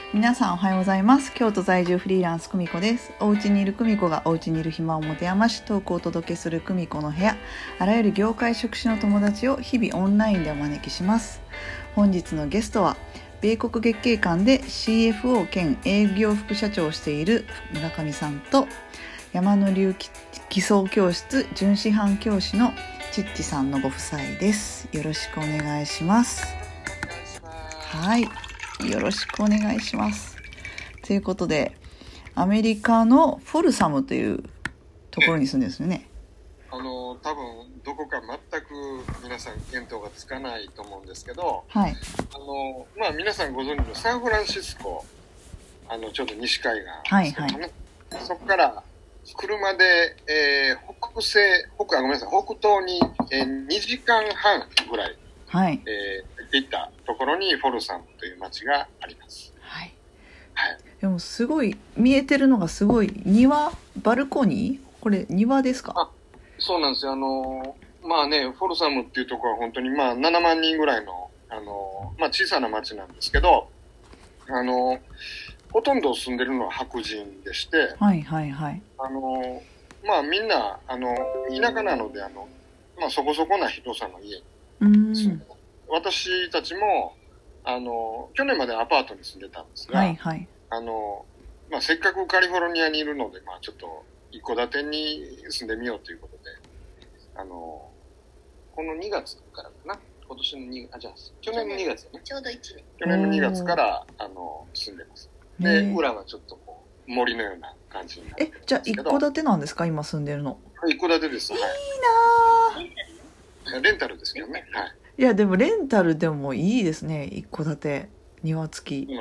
皆さんおはようございます。京都在住フリーランス久美子です。お家にいる久美子がお家にいる暇を持て余しトークをお届けする久美子の部屋。あらゆる業界職種の友達を日々オンラインでお招きします。本日のゲストは米国月経館で CFO 兼営業副社長をしている村上さんと、山の流基礎教室準師範教師のちっちさんのご夫妻です。よろしくお願いします。はい、よろしくお願いします。ということで、アメリカのフォルサムというところに住んでるんですよね。 多分どこか全く皆さん見当がつかないと思うんですけど、 はい。 皆さんご存知のサンフランシスコ、ちょうど西海岸ですけどね、はいはい、そこから車で、北東に、2時間半ぐらい、 はい、 行ったところにフォルサムという町があります。 はい。 はい。 でもすごい見えてるのがすごい庭、バルコニー、これ庭ですか？ あ、そうなんですよ。フォルサムっていうところは本当に7万人ぐらいの小さな町なんですけど、ほとんど住んでるのは白人でして、 はいはいはい。 みんな田舎なのでそこそこな広さの家に住んでます。私たちも去年までアパートに住んでたんですが、 はいはい、 せっかくカリフォルニアにいるので、ちょっと一戸建てに住んでみようということで、この2月からかな、今年の去年の2月ね、 ちょうど1年。 去年の2月から住んでます。で、裏はちょっとこう森のような感じになってるんですけど。 じゃあ一戸建てなんですか、今住んでるの？ 一戸建てです。 いいなぁ。レンタルですけどね。はい。 いやでもレンタルでもいいですね、一戸建て庭付き。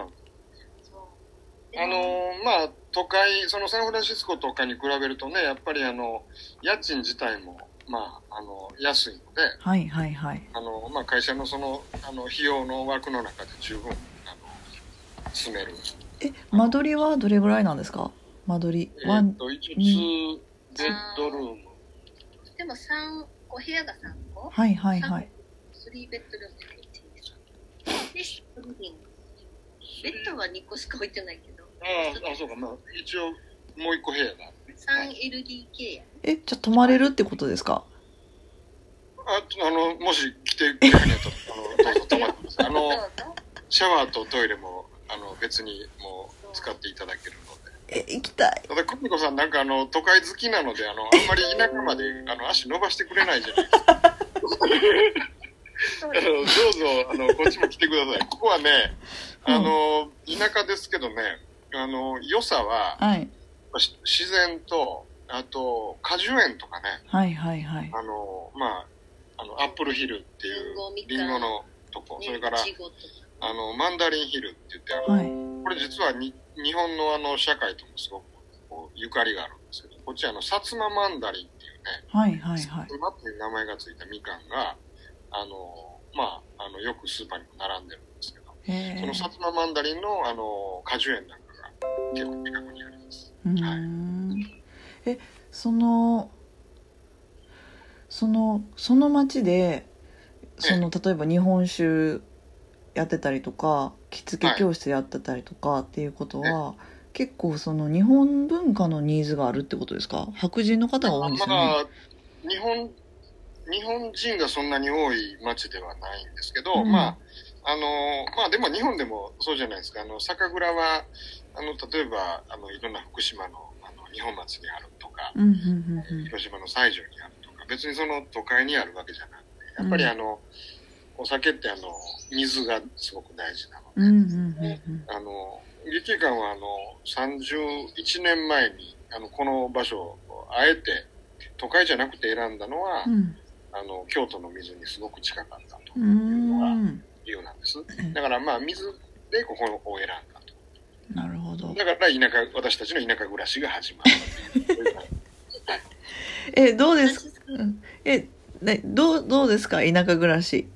都会、そのサンフランシスコとかに比べるとね、やっぱり家賃自体も安いので、 はいはいはい。 会社の費用の枠の中で十分住める。 間取りはどれぐらいなんですか？間取り。 一応2ベッドルーム。 でもお部屋が3個。 はいはいはい。 3ベッドルームで1、2、3。で、リビング。ベッドは2個しか置いてないけど。 そうか、一応もう1個部屋が。 3LDK や。 じゃあ泊まれるってことですか？ もし来てくれるんやったら、どうぞ泊まってください。シャワーとトイレも別にもう使っていただけるので。 行きたい。 ただ久美子さんなんか都会好きなのであんまり田舎まで足伸ばしてくれないじゃないですか。どうぞこっちも来てください。ここはね田舎ですけどね、良さは、はい、自然とあと果樹園とかね、 はいはいはい、 アップルヒルっていうリンゴのとこ、それからマンダリンヒルって言ってはい、 これ実は日本の社会ともすごくこうゆかりがあるんですけど、こっちは薩摩マンダリンっていうね、 はいはいはい、薩摩っていう名前がついたみかんがよくスーパーにも並んでるんですけど、その薩摩マンダリンの果樹園なんかが結構近くにあります。 はい、その町で例えば日本酒やってたりとか着付け教室やってたりとかっていうことは、結構日本文化のニーズがあるってことですか？白人の方が多いんですよね。 日本人がそんなに多い町ではないんですけど、でも日本でもそうじゃないですか。酒蔵は例えばいろんな福島の日本町にあるとか、広島の西条にあるとか、別にその都会にあるわけじゃなくて、やっぱりお酒って水がすごく大事なので、月経館は31年前にこの場所をあえて都会じゃなくて選んだのは、京都の水にすごく近かったというのが理由なんです。だから水でここを選んだと。 なるほど。 だから私たちの田舎暮らしが始まるという。 はい、どうですか？どうですか、田舎暮らし？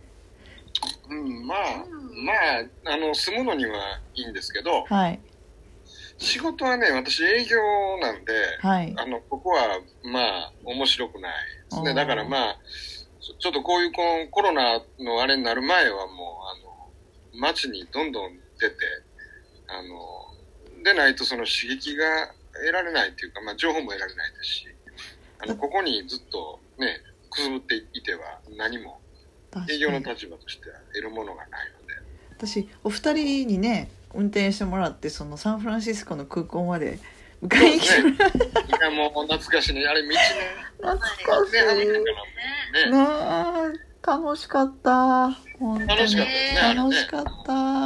住むのにはいいんですけど、 はい、 仕事はね、私営業なんで、 はい、 ここは面白くないですね。だからちょっとこういうコロナのあれになる前はもう街にどんどん出てでないとその刺激が得られないというか、まあ、情報も得られないですし、ここにずっとね、くすぶっていては何も営業の立場としては得るものがないので。 私お二人にね運転してもらってそのサンフランシスコの空港まで迎えに来てもらって、 いやもう懐かしいね、あれ道ね、 懐かしいね、 ねえ、楽しかった本当に楽しかったですね、あれね。 楽しかった。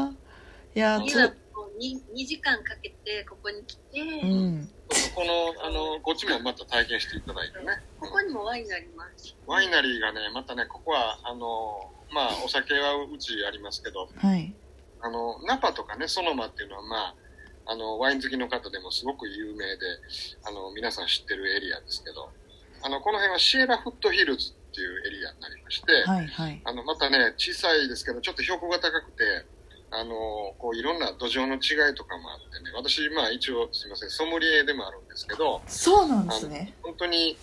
いや今2時間かけてここに来て、 こっちもまた体験していただいてね。 ここにもワイナリーもあるし。 ワイナリーがね、またね、ここはまあお酒はうちありますけど、 はい、 ナパとかね、ソノマっていうのはまあワイン好きの方でもすごく有名で、皆さん知ってるエリアですけど、この辺はシエラフットヒルズっていうエリアになりまして、 はいはい、 またね、小さいですけど、ちょっと標高が高くて、こういろんな土壌の違いとかもあってね、私、まあ一応すいません、ソムリエでもあるんですけど、 そうなんですね。 本当に、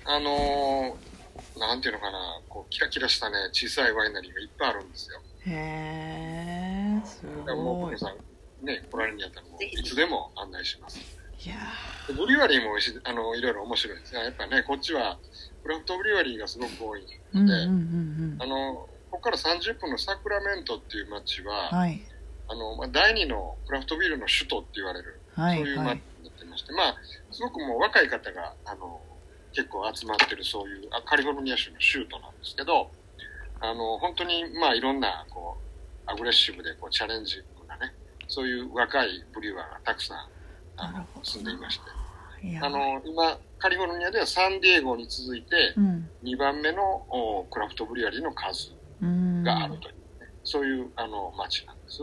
なんていうのかな、こうキラキラしたね、小さいワイナリーがいっぱいあるんですよ。 へー、すごい。 もう、皆さん、ね、来られるんやったらもういつでも案内します。 いやブリュワリーもいろいろ面白いですが、やっぱね、こっちはクラフトブリュワリーがすごく多いので、ここから30分のサクラメントっていう街は、はい、第2のクラフトビールの首都って言われる、はい、そういう街になってまして、まあ、すごくもう若い方が結構集まってるそういうカリフォルニア州の州都なんですけど、本当にまあいろんなこうアグレッシブでこうチャレンジングなね、そういう若いブリュワーがたくさん住んでいまして、今カリフォルニアではサンディエゴに続いて2番目のクラフトブリュワリーの数があるという、ね、そういう街なんです。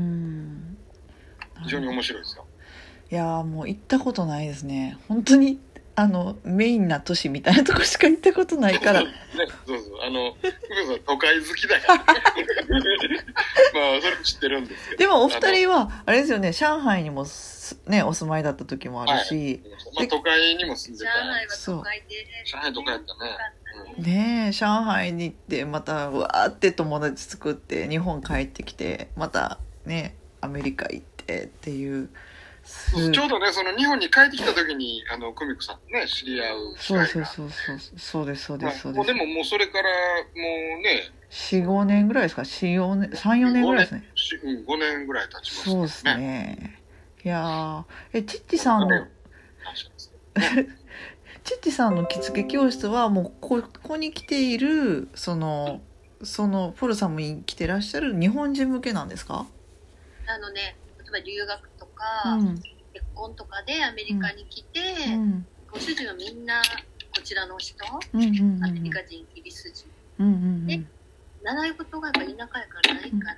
非常に面白いですよ。 いやもう行ったことないですね。本当にメインな都市みたいなとこしか行ったことないから。 ね、そうそう、都会好きだから、ね。まあそれも知ってるんですけど。 でもお二人はあれですよね、上海にもねお住まいだった時もあるし、 はい、まあ都会にも住んでた。 上海は都会で。 上海都会だったね。 ねえ、上海に行ってまたわーって友達作って日本帰ってきてまたねアメリカ行ってっていう。 ちょうどね、その日本に帰ってきた時に久美子さんとね知り合う機会が、 そうです、 でももうそれからもうね 4,5 年ぐらいですか、3,4 年ぐらいですね。 5年ぐらい経ちますね。 そうですね。いやチッチさんのチッチさんの着付け教室はもうここに来ているそのポルさんも来てらっしゃる日本人向けなんですか？ 例えば留学とか、結婚とかでアメリカに来て、ご主人はみんなこちらの人、アメリカ人、イギリス人、で習い事がやっぱ田舎やからないから、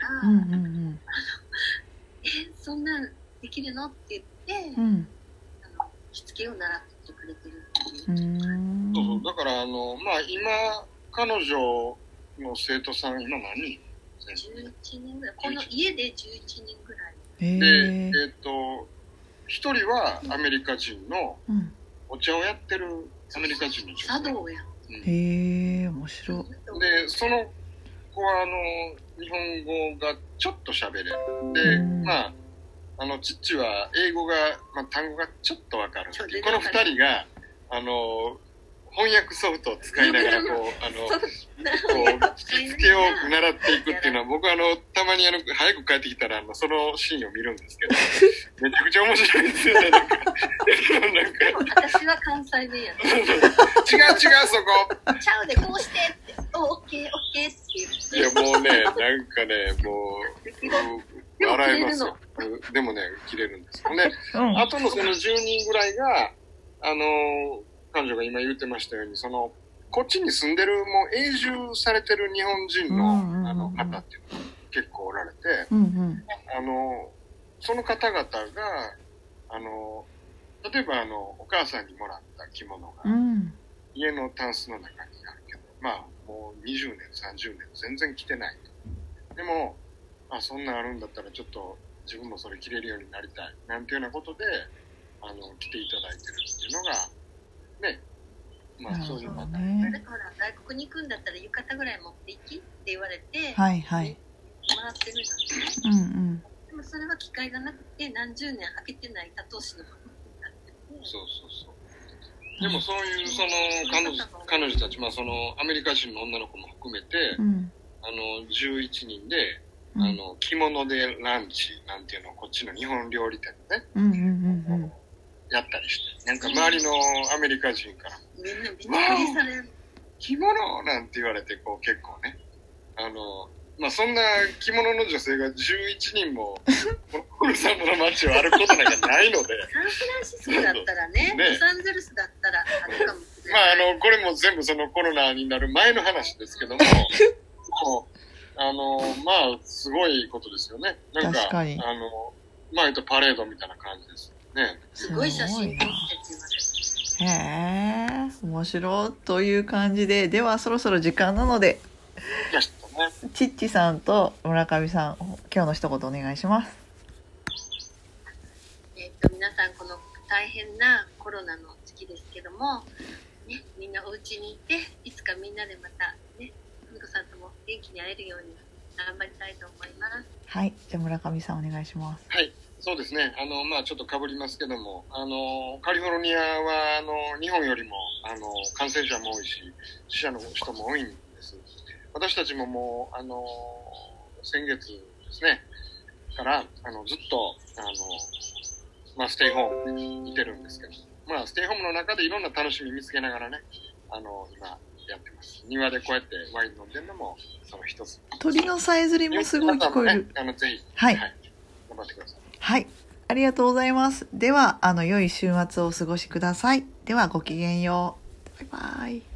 そんなんできるのって言って、着付けを習ってくれてるっていう。 そうだからまあ今彼女の生徒さん今何人 ？11人ぐらい。この家で11人ぐらい。 で、一人はアメリカ人のお茶をやってるアメリカ人の女性。 茶道をやってる。へえ、面白い。 で、その子は日本語がちょっと喋れる。で、まあ父は英語が、まあ、単語がちょっとわかる。この二人が翻訳ソフトを使いながら着付けを習っていくっていうのは僕はたまに早く帰ってきたらそのシーンを見るんですけどめちゃくちゃ面白いですよね。なんか私は関西弁やね。 違うそこちゃうでこうしてってオッケーって言って。いやもうねなんかねもう笑えますよ。でもね切れるんですよね。あとのその10人ぐらいが彼女が今言ってましたようにこっちに住んでるもう永住されてる日本人の方っていうのが結構おられて、その方々が例えばお母さんにもらった着物が家のタンスの中にあるけど、まあもう20年30年全然着てないと。でもそんなんあるんだったらちょっと自分もそれ着れるようになりたいなんていうようなことで着ていただいてるっていうのがね、まあそういうパターンね。 だから外国に行くんだったら浴衣ぐらい持っていきって言われて、 はいはい、 もらってるんですね。ででもそれは機会がなくて何十年開けてない多頭種の部分になってて、 そうそうそう。でもそういうその彼女たち、まあそのアメリカ人の女の子も含めて、11人で着物でランチなんていうのをこっちの日本料理店でね、やったりして、なんか周りのアメリカ人からみんなびっくりされる。 着物なんて言われて、こう結構ね、まあそんな着物の女性が11人もこのコルサムの街を歩くことなんかないのでサンフランシスコだったらね、ロサンゼルスだったらあるかもしれない。 まあこれも全部そのコロナになる前の話ですけども、まあすごいことですよね。なんか確かにまあパレードみたいな感じですね。 すごい写真撮ってきます。 へえ、面白いという感じで、ではそろそろ時間なので、チッチさんと村上さん、今日の一言お願いします。 皆さんこの大変なコロナの時期ですけども、ね、みんなお家にいて、いつかみんなでまたね、ふみこさんとも元気に会えるように頑張りたいと思います。 はい、じゃあ村上さんお願いします。 はい、そうですね。まあちょっと被りますけども、カリフォルニアは日本よりも感染者も多いし、死者の人も多いんです。私たちももう先月ですねからずっとまあステイホームにいてるんですけど、まあステイホームの中でいろんな楽しみ見つけながらね、今やってます。庭でこうやってワイン飲んでるのもその一つ。 鳥のさえずりもすごい聞こえる。 ぜひ、 はい、 頑張ってください。 はい、ありがとうございます。では良い週末をお過ごしください。ではごきげんよう。バイバイ。